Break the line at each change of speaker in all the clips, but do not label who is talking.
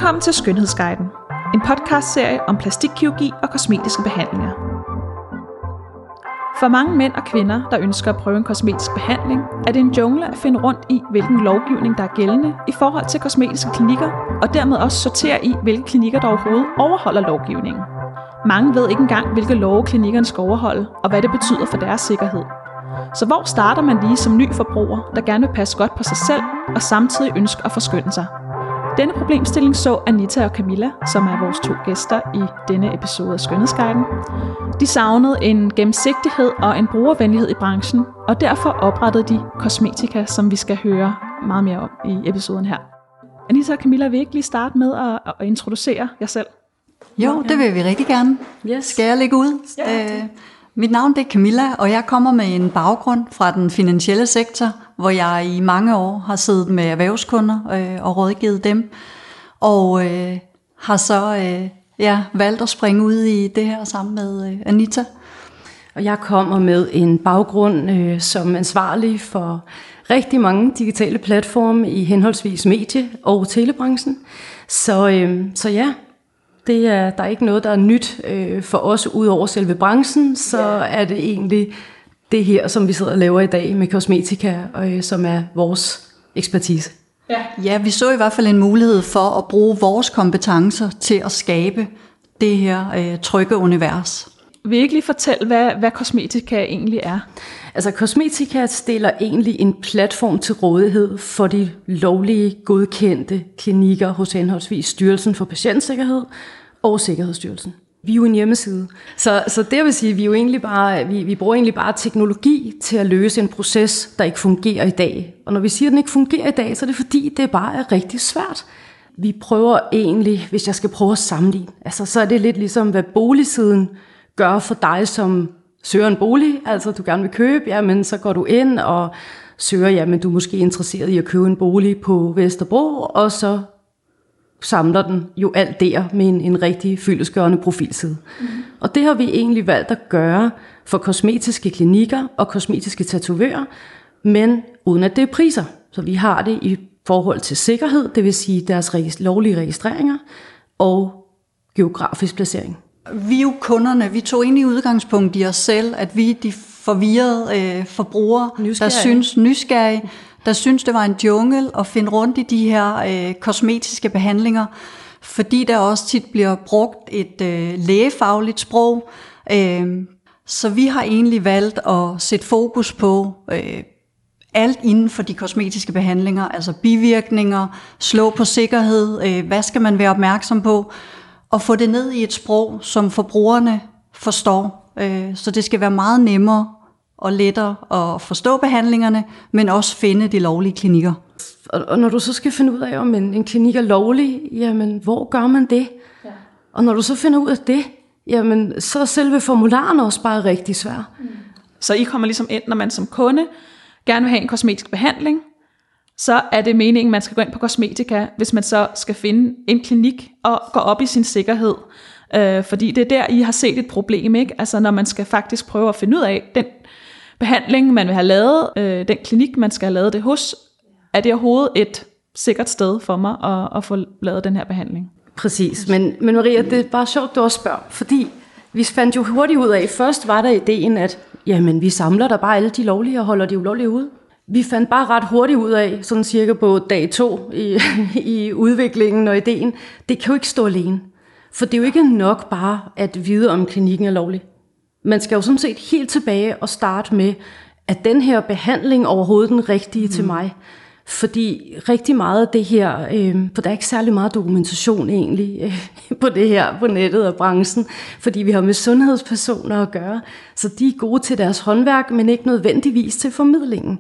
Velkommen til Skønhedsguiden, en podcastserie om plastikkirurgi og kosmetiske behandlinger. For mange mænd og kvinder, der ønsker at prøve en kosmetisk behandling, er det en jungle at finde rundt i, hvilken lovgivning der er gældende i forhold til kosmetiske klinikker, og dermed også sortere i, hvilke klinikker der overhovedet overholder lovgivningen. Mange ved ikke engang, hvilke love klinikkerne skal overholde, og hvad det betyder for deres sikkerhed. Så hvor starter man lige som ny forbruger, der gerne vil passe godt på sig selv, og samtidig ønsker at forskønne sig? Denne problemstilling så Anita og Camilla, som er vores 2 gæster i denne episode af Skønhedsguiden. De savnede en gennemsigtighed og en brugervenlighed i branchen, og derfor oprettede de Cosmetica, som vi skal høre meget mere om i episoden her. Anita og Camilla, vil I ikke lige starte med at introducere jer selv?
Jo, det vil vi rigtig gerne.
Yes.
Skal jeg lægge ud?
Ja.
Mit navn det er Camilla, og jeg kommer med en baggrund fra den finansielle sektor, hvor jeg i mange år har siddet med erhvervskunder og rådgivet dem, og har så valgt at springe ud i det her sammen med Anita.
Og jeg kommer med en baggrund som ansvarlig for rigtig mange digitale platforme i henholdsvis medie- og telebranchen. Så ja, der er ikke noget, der er nyt for os ud over selve branchen, så er det egentlig det her, som vi sidder og laver i dag med Cosmetica, som er vores ekspertise.
Ja, vi så i hvert fald en mulighed for at bruge vores kompetencer til at skabe det her trygge univers.
Vil I ikke lige fortælle, hvad Cosmetica egentlig er?
Altså Cosmetica stiller egentlig en platform til rådighed for de lovlige godkendte klinikker hos henholdsvis Styrelsen for Patientsikkerhed og Sikkerhedsstyrelsen. Vi er jo en hjemmeside. Så det vil sige, at vi bruger egentlig bare teknologi til at løse en proces, der ikke fungerer i dag. Og når vi siger, at den ikke fungerer i dag, så er det fordi, det bare er rigtig svært. Vi prøver egentlig, hvis jeg skal prøve at sammenligne, altså så er det lidt ligesom, hvad boligsiden gør for dig, som søger en bolig, altså du gerne vil købe, jamen så går du ind og søger, jamen du er måske interesseret i at købe en bolig på Vesterbro, og så samler den jo alt der med en rigtig fyldestgørende profilside. Og det har vi egentlig valgt at gøre for kosmetiske klinikker og kosmetiske tatovører, men uden at det er priser. Så vi har det i forhold til sikkerhed, det vil sige deres lovlige registreringer og geografisk placering.
Vi er jo kunderne, vi tog egentlig udgangspunkt i os selv, at vi de forvirrede forbrugere, nysgerrige, der synes det var en jungle at finde rundt i de her kosmetiske behandlinger, fordi der også tit bliver brugt et lægefagligt sprog. Så vi har egentlig valgt at sætte fokus på alt inden for de kosmetiske behandlinger, altså bivirkninger, slå på sikkerhed, hvad skal man være opmærksom på, og få det ned i et sprog, som forbrugerne forstår. Så det skal være meget nemmere og lettere at forstå behandlingerne, men også finde de lovlige klinikker.
Og når du så skal finde ud af, om en klinik er lovlig, jamen hvor gør man det? Ja. Og når du så finder ud af det, jamen så er selve formularen også bare rigtig svær.
Så I kommer ligesom ind, når man som kunde gerne vil have en kosmetisk behandling, så er det meningen, man skal gå ind på Cosmetica, hvis man så skal finde en klinik og gå op i sin sikkerhed. Fordi det er der, I har set et problem, ikke? Altså når man skal faktisk prøve at finde ud af, den behandling, man vil have lavet, den klinik, man skal have lavet det hos, er det overhovedet et sikkert sted for mig at få lavet den her behandling?
Præcis, men Maria, det er bare sjovt, du også spørger, fordi vi fandt jo hurtigt ud af, først var der ideen, at jamen, vi samler der bare alle de lovlige og holder de ulovlige ude. Vi fandt bare ret hurtigt ud af, sådan cirka på dag 2 i udviklingen og ideen, det kan jo ikke stå alene. For det er jo ikke nok bare at vide, om klinikken er lovlig. Man skal jo sådan set helt tilbage og starte med, at den her behandling overhovedet den rigtige til mig. Fordi rigtig meget af det her, for der er ikke særlig meget dokumentation egentlig på det her, på nettet og branchen, fordi vi har med sundhedspersoner at gøre, så de er gode til deres håndværk, men ikke nødvendigvis til formidlingen.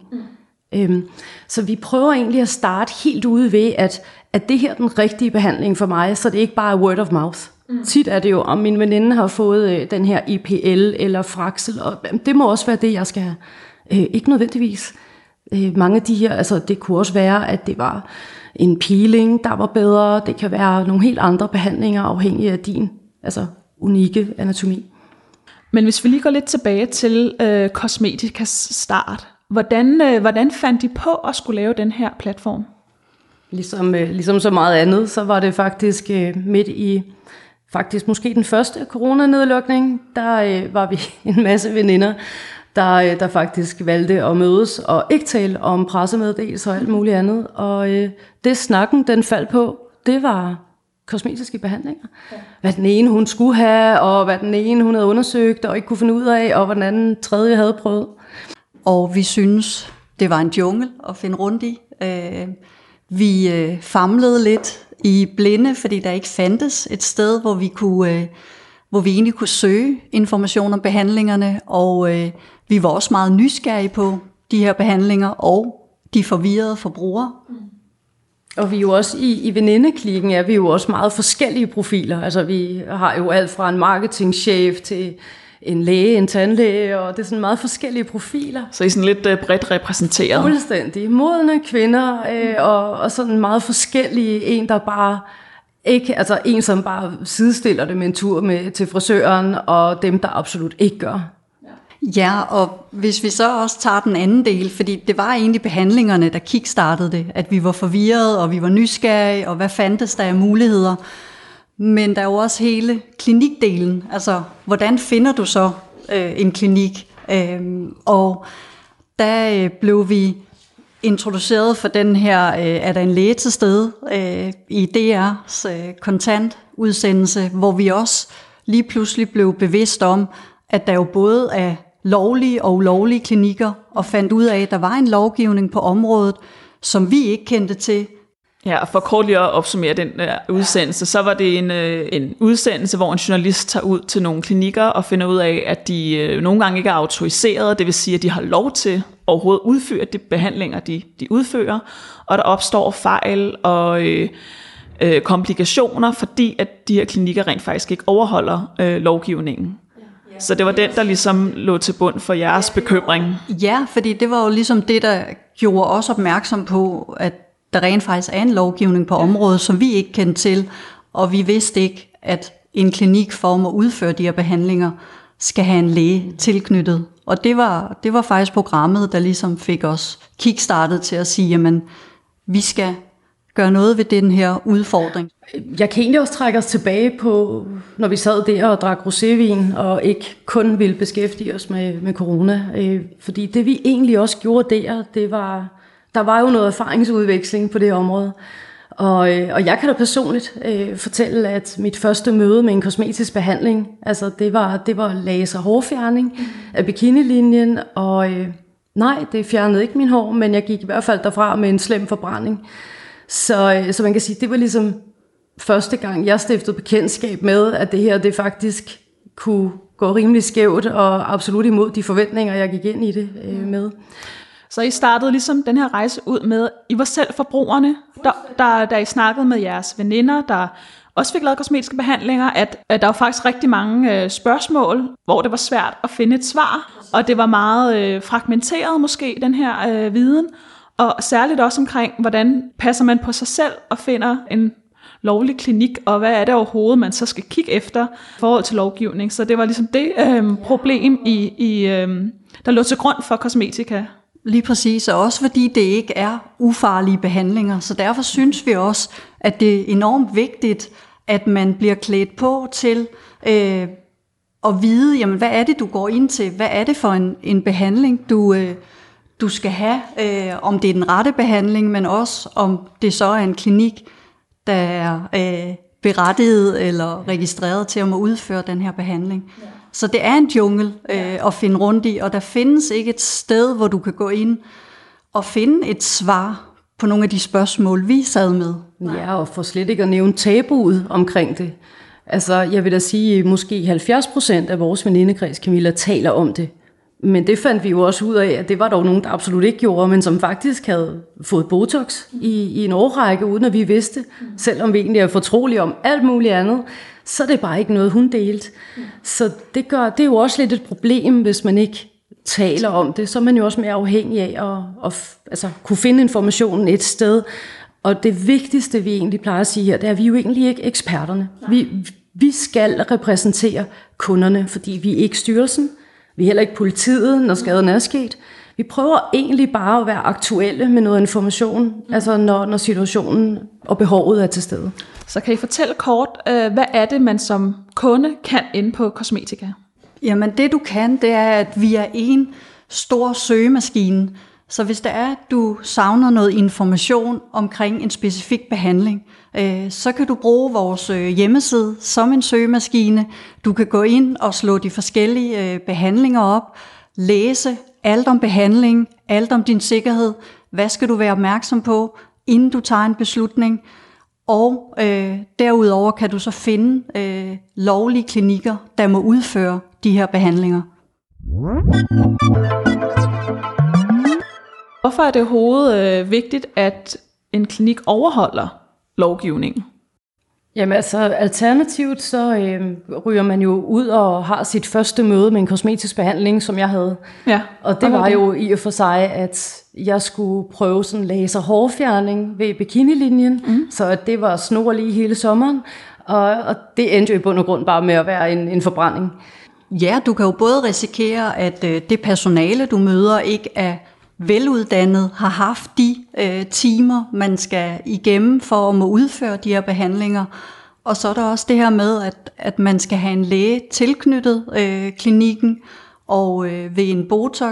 Så vi prøver egentlig at starte helt ude ved, at det her er den rigtige behandling for mig, så det ikke bare er word of mouth. Tit er det jo, om min veninde har fået den her IPL eller Fraxel, og det må også være det, jeg skal have. Ikke nødvendigvis. Mange af de her, altså det kunne også være, at det var en peeling, der var bedre. Det kan være nogle helt andre behandlinger, afhængig af din unikke anatomi.
Men hvis vi lige går lidt tilbage til Cosmeticas start, hvordan fandt de på at skulle lave den her platform?
Ligesom så meget andet, så var det faktisk midt i måske den første coronanedlukning, der var vi en masse veninder, der faktisk valgte at mødes og ikke tale om pressemeddelelser og alt muligt andet. Og det snakken, den faldt på, det var kosmetiske behandlinger. Ja. Hvad den ene hun skulle have, og hvad den ene hun havde undersøgt og ikke kunne finde ud af, og hvad den anden tredje havde prøvet.
Og vi synes, det var en jungle at finde rundt i. Vi famlede lidt i blinde, fordi der ikke fandtes et sted, hvor vi egentlig kunne søge information om behandlingerne, og vi var også meget nysgerrige på de her behandlinger og de forvirrede forbrugere.
Og vi er jo også i venindeklikken er vi jo også meget forskellige profiler. Altså vi har jo alt fra en marketingchef til en læge, en tandlæge, og det er sådan meget forskellige profiler.
Så I er sådan lidt bredt repræsenteret?
Fuldstændig. Modne kvinder, og sådan meget forskellige. En, der bare ikke, altså en, som bare sidestiller det med en tur til frisøren, og dem, der absolut ikke gør.
Ja, og hvis vi så også tager den anden del, fordi det var egentlig behandlingerne, der kickstartede det, at vi var forvirrede, og vi var nysgerrige, og hvad fandtes der af muligheder. Men der er jo også hele klinikdelen, altså hvordan finder du så en klinik? Og der blev vi introduceret for den her, er der en læge til stede i DR's kontantudsendelse, hvor vi også lige pludselig blev bevidst om, at der jo både er lovlige og ulovlige klinikker, og fandt ud af, at der var en lovgivning på området, som vi ikke kendte til.
Ja, og for kort lige at opsummere den udsendelse, så var det en udsendelse, hvor en journalist tager ud til nogle klinikker og finder ud af, at de nogle gange ikke er autoriseret, det vil sige, at de har lov til overhovedet at udføre de behandlinger, de udfører, og der opstår fejl og komplikationer, fordi at de her klinikker rent faktisk ikke overholder lovgivningen. Så det var den, der ligesom lå til bund for jeres bekymring.
Ja, fordi det var jo ligesom det, der gjorde os opmærksom på, at der rent faktisk er en lovgivning på området, som vi ikke kendte til, og vi vidste ikke, at en klinik for at udføre de her behandlinger, skal have en læge tilknyttet. Og det var faktisk programmet, der ligesom fik os kickstartet til at sige, jamen, vi skal gøre noget ved den her udfordring.
Jeg kan egentlig også trække os tilbage på, når vi sad der og drak rosévin, og ikke kun ville beskæftige os med corona. Fordi det vi egentlig også gjorde der var jo noget erfaringsudveksling på det område. Og jeg kan da personligt fortælle, at mit første møde med en kosmetisk behandling, altså det var laser hårfjerning af bikinilinjen, og nej, det fjernede ikke min hår, men jeg gik i hvert fald derfra med en slem forbrænding. Så man kan sige, det var ligesom første gang, jeg stiftede bekendtskab med, at det her, det faktisk kunne gå rimelig skævt, og absolut imod de forventninger, jeg gik ind i det med.
Så I startede ligesom den her rejse ud med, I var selv forbrugerne, da I snakkede med jeres veninder, der også fik lavet kosmetiske behandlinger, at der var faktisk rigtig mange spørgsmål, hvor det var svært at finde et svar, og det var meget fragmenteret måske, den her viden, og særligt også omkring, hvordan passer man på sig selv og finder en lovlig klinik, og hvad er det overhovedet, man så skal kigge efter i forhold til lovgivning. Så det var ligesom det problem, der lå til grund for kosmetika.
Lige præcis, og også fordi det ikke er ufarlige behandlinger, så derfor synes vi også, at det er enormt vigtigt, at man bliver klædt på til at vide, jamen, hvad er det, du går ind til? Hvad er det for en behandling, du skal have? Om det er den rette behandling, men også om det så er en klinik, der er berettiget eller registreret til at må udføre den her behandling. Ja. Så det er en jungle at finde rundt i, og der findes ikke et sted, hvor du kan gå ind og finde et svar på nogle af de spørgsmål, vi sad med.
Ja, og for slet ikke at nævne tabuet omkring det. Altså, jeg vil da sige, måske 70% af vores venindekreds, Camilla, taler om det. Men det fandt vi jo også ud af, at det var der jo nogen, der absolut ikke gjorde, men som faktisk havde fået Botox i en årrække, uden at vi vidste, selvom vi egentlig er fortrolige om alt muligt andet, så er det bare ikke noget, hun delte. Så det er jo også lidt et problem, hvis man ikke taler om det, så er man jo også mere afhængig af at kunne finde informationen et sted. Og det vigtigste, vi egentlig plejer at sige her, det er, at vi er jo egentlig ikke eksperterne. Vi skal repræsentere kunderne, fordi vi er ikke styrelsen. Vi er heller ikke politiet, når skaden er sket. Vi prøver egentlig bare at være aktuelle med noget information, altså når situationen og behovet er til stede.
Så kan I fortælle kort, hvad er det, man som kunde kan inde på Kosmetika?
Jamen det du kan, det er, at vi er en stor søgemaskine. Så hvis der er, at du savner noget information omkring en specifik behandling, så kan du bruge vores hjemmeside som en søgemaskine. Du kan gå ind og slå de forskellige behandlinger op, læse alt om behandling, alt om din sikkerhed. Hvad skal du være opmærksom på, inden du tager en beslutning? Og derudover kan du så finde lovlige klinikker, der må udføre de her behandlinger.
Hvorfor er det overhovedet vigtigt, at en klinik overholder lovgivningen?
Jamen altså alternativt så ryger man jo ud og har sit første møde med en kosmetisk behandling, som jeg havde.
Ja,
og det var jo i og for sig, at jeg skulle prøve sådan laser hårfjerning ved bikinilinjen, så det var snorlige hele sommeren, og det endte jo i bund og grund bare med at være en forbrænding.
Ja, du kan jo både risikere, at det personale, du møder, ikke er veluddannet, har haft de timer, man skal igennem for at må udføre de her behandlinger. Og så er der også det her med, at man skal have en læge tilknyttet klinikken, og ved en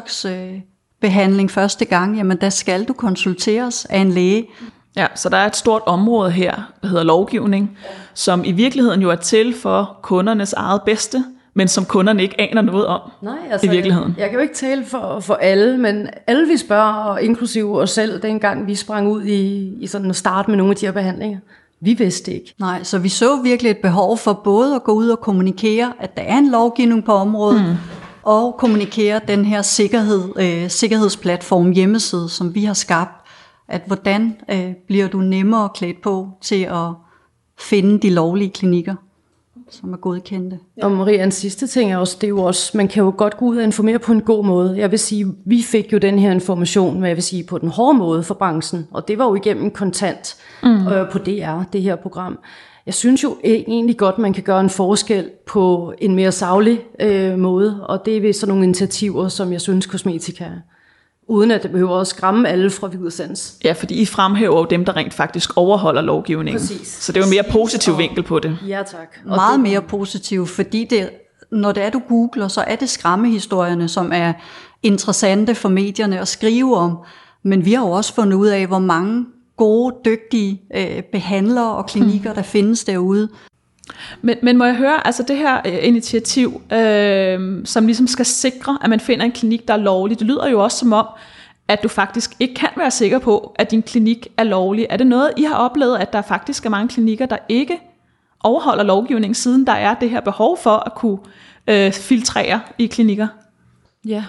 Botox behandling første gang, jamen der skal du konsulteres af en læge.
Ja, så der er et stort område her, der hedder lovgivning, som i virkeligheden jo er til for kundernes eget bedste, men som kunderne ikke aner noget om.
Nej, altså,
i virkeligheden.
Jeg kan jo ikke tale for alle, men alle vi spørger, og inklusive os selv, dengang vi sprang ud i sådan at starte med nogle af de her behandlinger. Vi vidste ikke.
Nej, så vi så virkelig et behov for både at gå ud og kommunikere, at der er en lovgivning på området, og kommunikere den her sikkerhedsplatform hjemmeside, som vi har skabt. At hvordan bliver du nemmere klædt på til at finde de lovlige klinikker, som er godkendte.
Og Maria, en sidste ting er også, det er jo også, man kan jo godt gå ud og informere på en god måde. Jeg vil sige, vi fik jo den her information, men jeg vil sige på den hårde måde for branchen, og det var jo igennem kontant på DR, det her program. Jeg synes jo egentlig godt, man kan gøre en forskel på en mere saglig måde, og det er ved sådan nogle initiativer, som jeg synes Kosmetika er. Uden at det behøver at skræmme alle fra Hvidesens.
Ja, fordi I fremhæver jo dem, der rent faktisk overholder lovgivningen.
Præcis.
Så det er jo en mere positiv vinkel på det.
Ja, tak. Og
meget mere positiv, fordi når det er, du googler, så er det skræmmehistorierne, som er interessante for medierne at skrive om. Men vi har jo også fundet ud af, hvor mange gode, dygtige behandlere og klinikker, der findes derude.
Men må jeg høre, altså det her initiativ, som ligesom skal sikre, at man finder en klinik, der er lovlig, det lyder jo også som om, at du faktisk ikke kan være sikker på, at din klinik er lovlig. Er det noget, I har oplevet, at der faktisk er mange klinikker, der ikke overholder lovgivningen, siden der er det her behov for at kunne filtrere i klinikker?
Ja.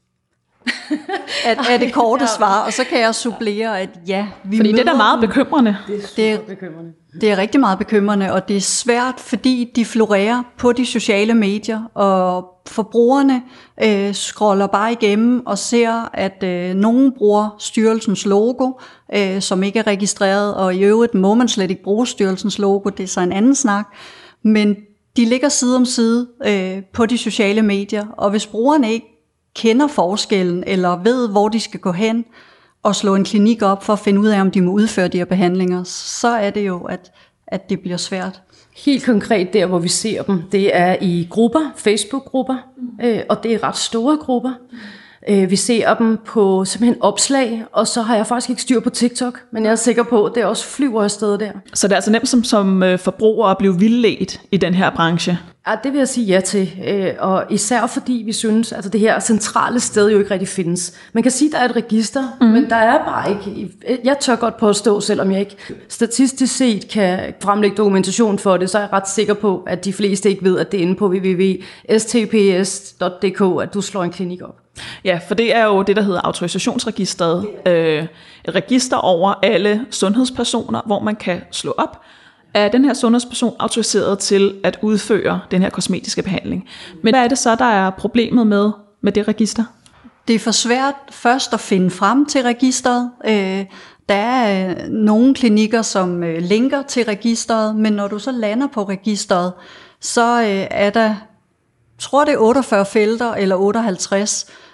er det korte svar, og så kan jeg supplere, at ja, vi
fordi
møder
det er da meget bekymrende.
Det er rigtig meget bekymrende, og det er svært, fordi de florerer på de sociale medier, og forbrugerne scroller bare igennem og ser, at nogen bruger styrelsens logo, som ikke er registreret, og i øvrigt må man slet ikke bruge styrelsens logo, det er så en anden snak, men de ligger side om side på de sociale medier, og hvis brugerne ikke kender forskellen, eller ved, hvor de skal gå hen og slå en klinik op for at finde ud af, om de må udføre de her behandlinger, så er det jo, at det bliver svært.
Helt konkret der, hvor vi ser dem, det er i grupper, Facebook-grupper, og det er ret store grupper. Vi ser dem på simpelthen opslag, og så har jeg faktisk ikke styr på TikTok, men jeg er sikker på, at det også flyver afsted der.
Så det er altså nemt som forbruger at blive vildledt i den her branche?
Ja, det vil jeg sige ja til, og især fordi vi synes, at altså det her centrale sted jo ikke rigtig findes. Man kan sige, at der er et register, men der er bare ikke. Jeg tør godt påstå, selvom jeg ikke statistisk set kan fremlægge dokumentation for det, så er jeg ret sikker på, at de fleste ikke ved, at det er inde på www.stps.dk, at du slår en klinik op.
Ja, for det er jo det, der hedder autorisationsregisteret. Et register over alle sundhedspersoner, hvor man kan slå op, er den her sundhedsperson autoriseret til at udføre den her kosmetiske behandling. Men hvad er det så, der er problemet med det register?
Det er for svært først at finde frem til registeret. Der er nogle klinikker, som linker til registeret, men når du så lander på registeret, så er der, tror det er 48 felter eller 58,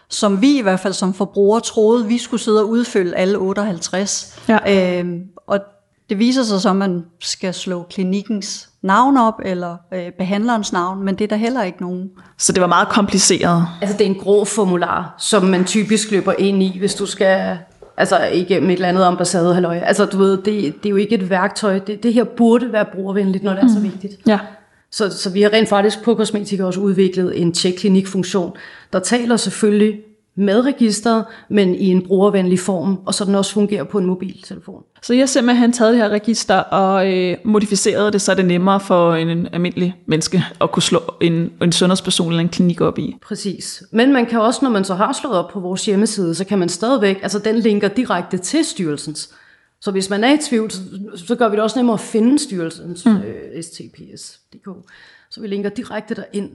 som vi i hvert fald som forbrugere troede, vi skulle sidde og udfylde alle 58. Ja. Og det viser sig så, at man skal slå klinikkens navn op, eller behandlerens navn, men det er der heller ikke nogen.
Så det var meget kompliceret?
Altså det er en grå formular, som man typisk løber ind i, hvis du skal, altså igennem et eller andet ambassadehalløj. Altså du ved, det er jo ikke et værktøj. Det her burde være brugervenligt, når det er så vigtigt. Ja. Så vi har rent faktisk på Kosmetika også udviklet en tjek-klinik-funktion, der taler selvfølgelig med registeret, men i en brugervenlig form, og så den også fungerer på en mobiltelefon.
Så I har simpelthen taget det her register og modificeret det, så det er nemmere for en almindelig menneske at kunne slå en sundhedsperson eller en klinik op i?
Præcis. Men man kan også, når man så har slået op på vores hjemmeside, så kan man stadigvæk, altså den linker direkte til styrelsens. Så hvis man er i tvivl, så gør vi det også nemmere at finde styrelsens stps.dk. Så vi linker direkte derind.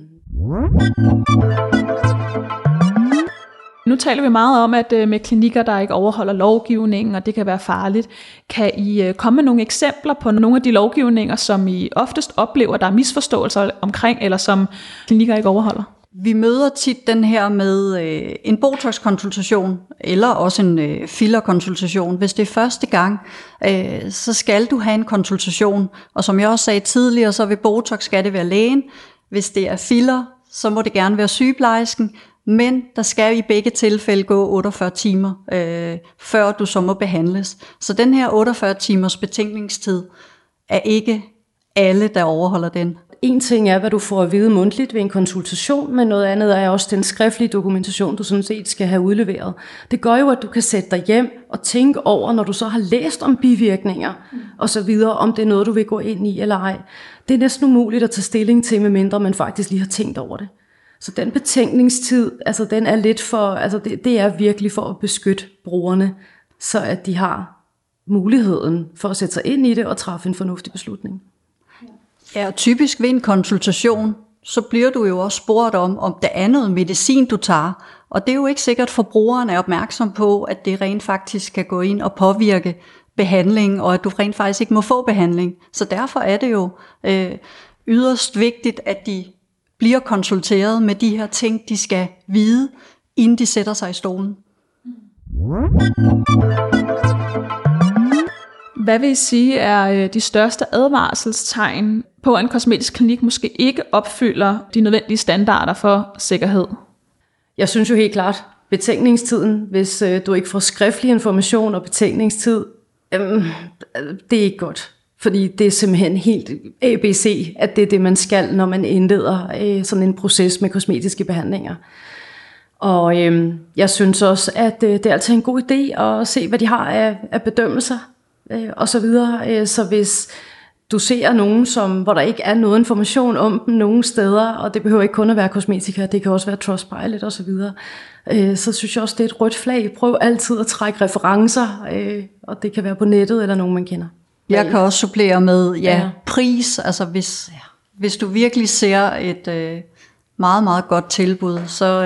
Nu taler vi meget om, at med klinikker, der ikke overholder lovgivningen, og det kan være farligt. Kan I komme med nogle eksempler på nogle af de lovgivninger, som I oftest oplever, der er misforståelser omkring, eller som klinikker ikke overholder?
Vi møder tit den her med en Botox-konsultation, eller også en filler-konsultation. Hvis det er første gang, så skal du have en konsultation. Og som jeg også sagde tidligere, så ved Botox skal det være lægen. Hvis det er filler, så må det gerne være sygeplejersken. Men der skal i begge tilfælde gå 48 timer, før du så må behandles. Så den her 48 timers betænkningstid er ikke alle, der overholder den.
En ting er, hvad du får at vide mundtligt ved en konsultation, men noget andet er også den skriftlige dokumentation, du sådan set skal have udleveret. Det gør jo, at du kan sætte dig hjem og tænke over, når du så har læst om bivirkninger og så videre, om det er noget, du vil gå ind i eller ej. Det er næsten umuligt at tage stilling til, medmindre man faktisk lige har tænkt over det. Så den betænkningstid, altså den er lidt for, altså det er virkelig for at beskytte brugerne, så at de har muligheden for at sætte sig ind i det og træffe en fornuftig beslutning.
Ja, og typisk ved en konsultation, så bliver du jo også spurgt om der er noget medicin, du tager. Og det er jo ikke sikkert, at forbrugeren er opmærksom på, at det rent faktisk kan gå ind og påvirke behandling, og at du rent faktisk ikke må få behandling. Så derfor er det jo yderst vigtigt, at de bliver konsulteret med de her ting, de skal vide, inden de sætter sig i stolen.
Hvad vil I sige er de største advarselstegn på, at en kosmetisk klinik måske ikke opfylder de nødvendige standarder for sikkerhed?
Jeg synes jo helt klart, betænkningstiden, hvis du ikke får skriftlig information og betænkningstid, det er ikke godt. Fordi det er simpelthen helt ABC, at det er det, man skal, når man indleder sådan en proces med kosmetiske behandlinger. Og jeg synes også, at det er altid en god idé at se, hvad de har af bedømmelser og så videre. Så hvis du ser nogen, hvor der ikke er noget information om dem nogen steder, og det behøver ikke kun at være kosmetika, det kan også være Trustpilot og så videre, så synes jeg også, det er et rødt flag. Prøv altid at trække referencer, og det kan være på nettet eller nogen, man kender.
Jeg kan også supplere med pris. Altså hvis du virkelig ser et meget, meget godt tilbud,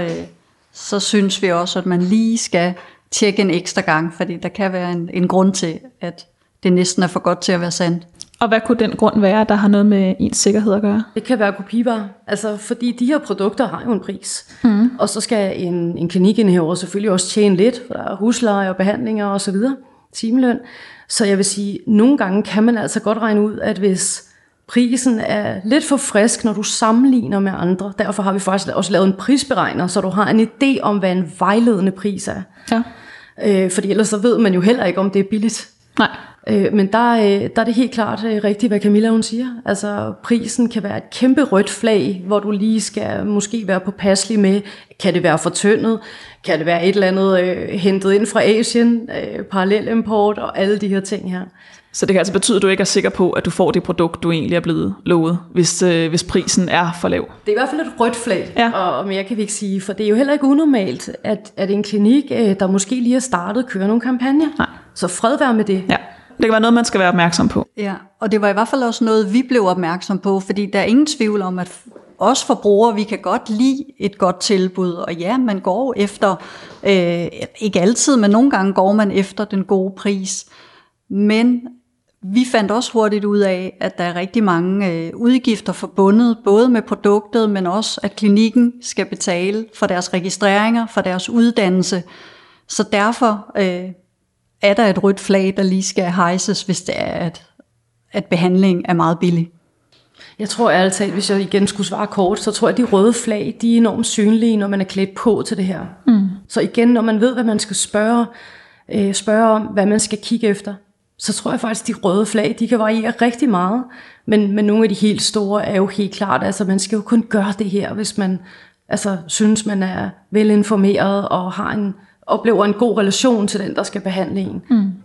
så synes vi også, at man lige skal tjekke en ekstra gang, fordi der kan være en grund til, at det næsten er for godt til at være sandt.
Og hvad kunne den grund være, der har noget med ens sikkerhed at gøre?
Det kan være kopivarer, altså fordi de her produkter har jo en pris. Og så skal en klinikindehaver selvfølgelig også tjene lidt, for der er husleje og behandlinger og så videre, timeløn. Så jeg vil sige, nogle gange kan man altså godt regne ud, at hvis prisen er lidt for frisk, når du sammenligner med andre, derfor har vi faktisk også lavet en prisberegner, så du har en idé om, hvad en vejledende pris er. Ja. Fordi ellers så ved man jo heller ikke, om det er billigt.
Nej.
Men der er det helt klart rigtigt, hvad Camilla hun siger. Altså prisen kan være et kæmpe rødt flag, hvor du lige skal måske være påpasselig med, kan det være fortyndet, kan det være et eller andet hentet ind fra Asien, parallelimport og alle de her ting her.
Så det kan altså betyde, at du ikke er sikker på, at du får det produkt, du egentlig er blevet lovet, hvis prisen er for lav.
Det er i hvert fald et rødt flag, ja. Og mere kan vi ikke sige, for det er jo heller ikke unormalt, at en klinik, der måske lige har startet, kører nogle kampagner. Nej. Så fred være med det.
Ja. Det kan være noget, man skal være opmærksom på.
Ja, og det var i hvert fald også noget, vi blev opmærksom på, fordi der er ingen tvivl om, at os forbrugere, vi kan godt lide et godt tilbud, og ja, man går efter, ikke altid, men nogle gange går man efter den gode pris, men Vi fandt også hurtigt ud af, at der er rigtig mange udgifter forbundet, både med produktet, men også at klinikken skal betale for deres registreringer, for deres uddannelse. Så derfor er der et rødt flag, der lige skal hejses, hvis det er, at behandling er meget billig.
Jeg tror ærligt talt, hvis jeg igen skulle svare kort, så tror jeg, at de røde flag, de er enormt synlige, når man er klædt på til det her. Så igen, når man ved, hvad man skal spørge om, hvad man skal kigge efter, så tror jeg faktisk, at de røde flag, de kan variere rigtig meget. Men nogle af de helt store er jo helt klart, altså man skal jo kun gøre det her, hvis man synes, man er velinformeret og oplever en god relation til den, der skal behandle en.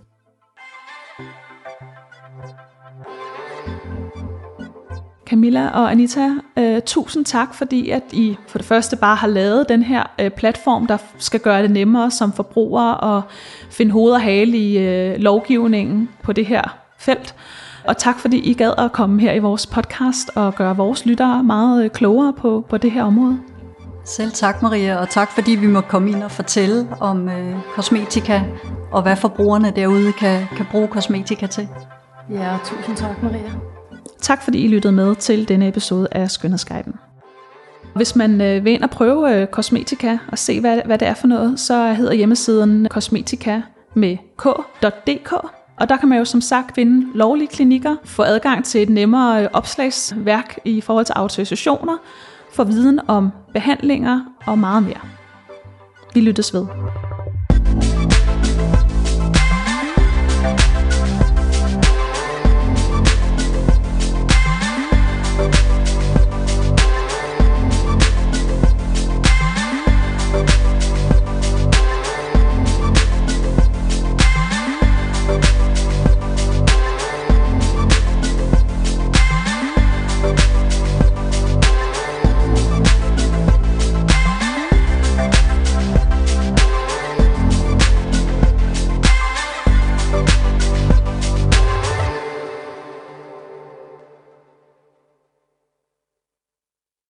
Camilla og Anita, tusind tak, fordi at I for det første bare har lavet den her platform, der skal gøre det nemmere som forbrugere at finde hoved og hale i lovgivningen på det her felt. Og tak, fordi I gad at komme her i vores podcast og gøre vores lyttere meget klogere på det her område.
Selv tak, Maria, og tak fordi vi må komme ind og fortælle om kosmetika, og hvad forbrugerne derude kan bruge kosmetika til.
Ja, tusind tak, Maria.
Tak fordi I lyttede med til denne episode af Skønhedsguiden. Hvis man vil ind og prøve kosmetika og se, hvad det er for noget, så hedder hjemmesiden kosmetika med k.dk. Og der kan man jo som sagt finde lovlige klinikker, få adgang til et nemmere opslagsværk i forhold til autorisationer, få viden om behandlinger og meget mere. Vi lyttes ved.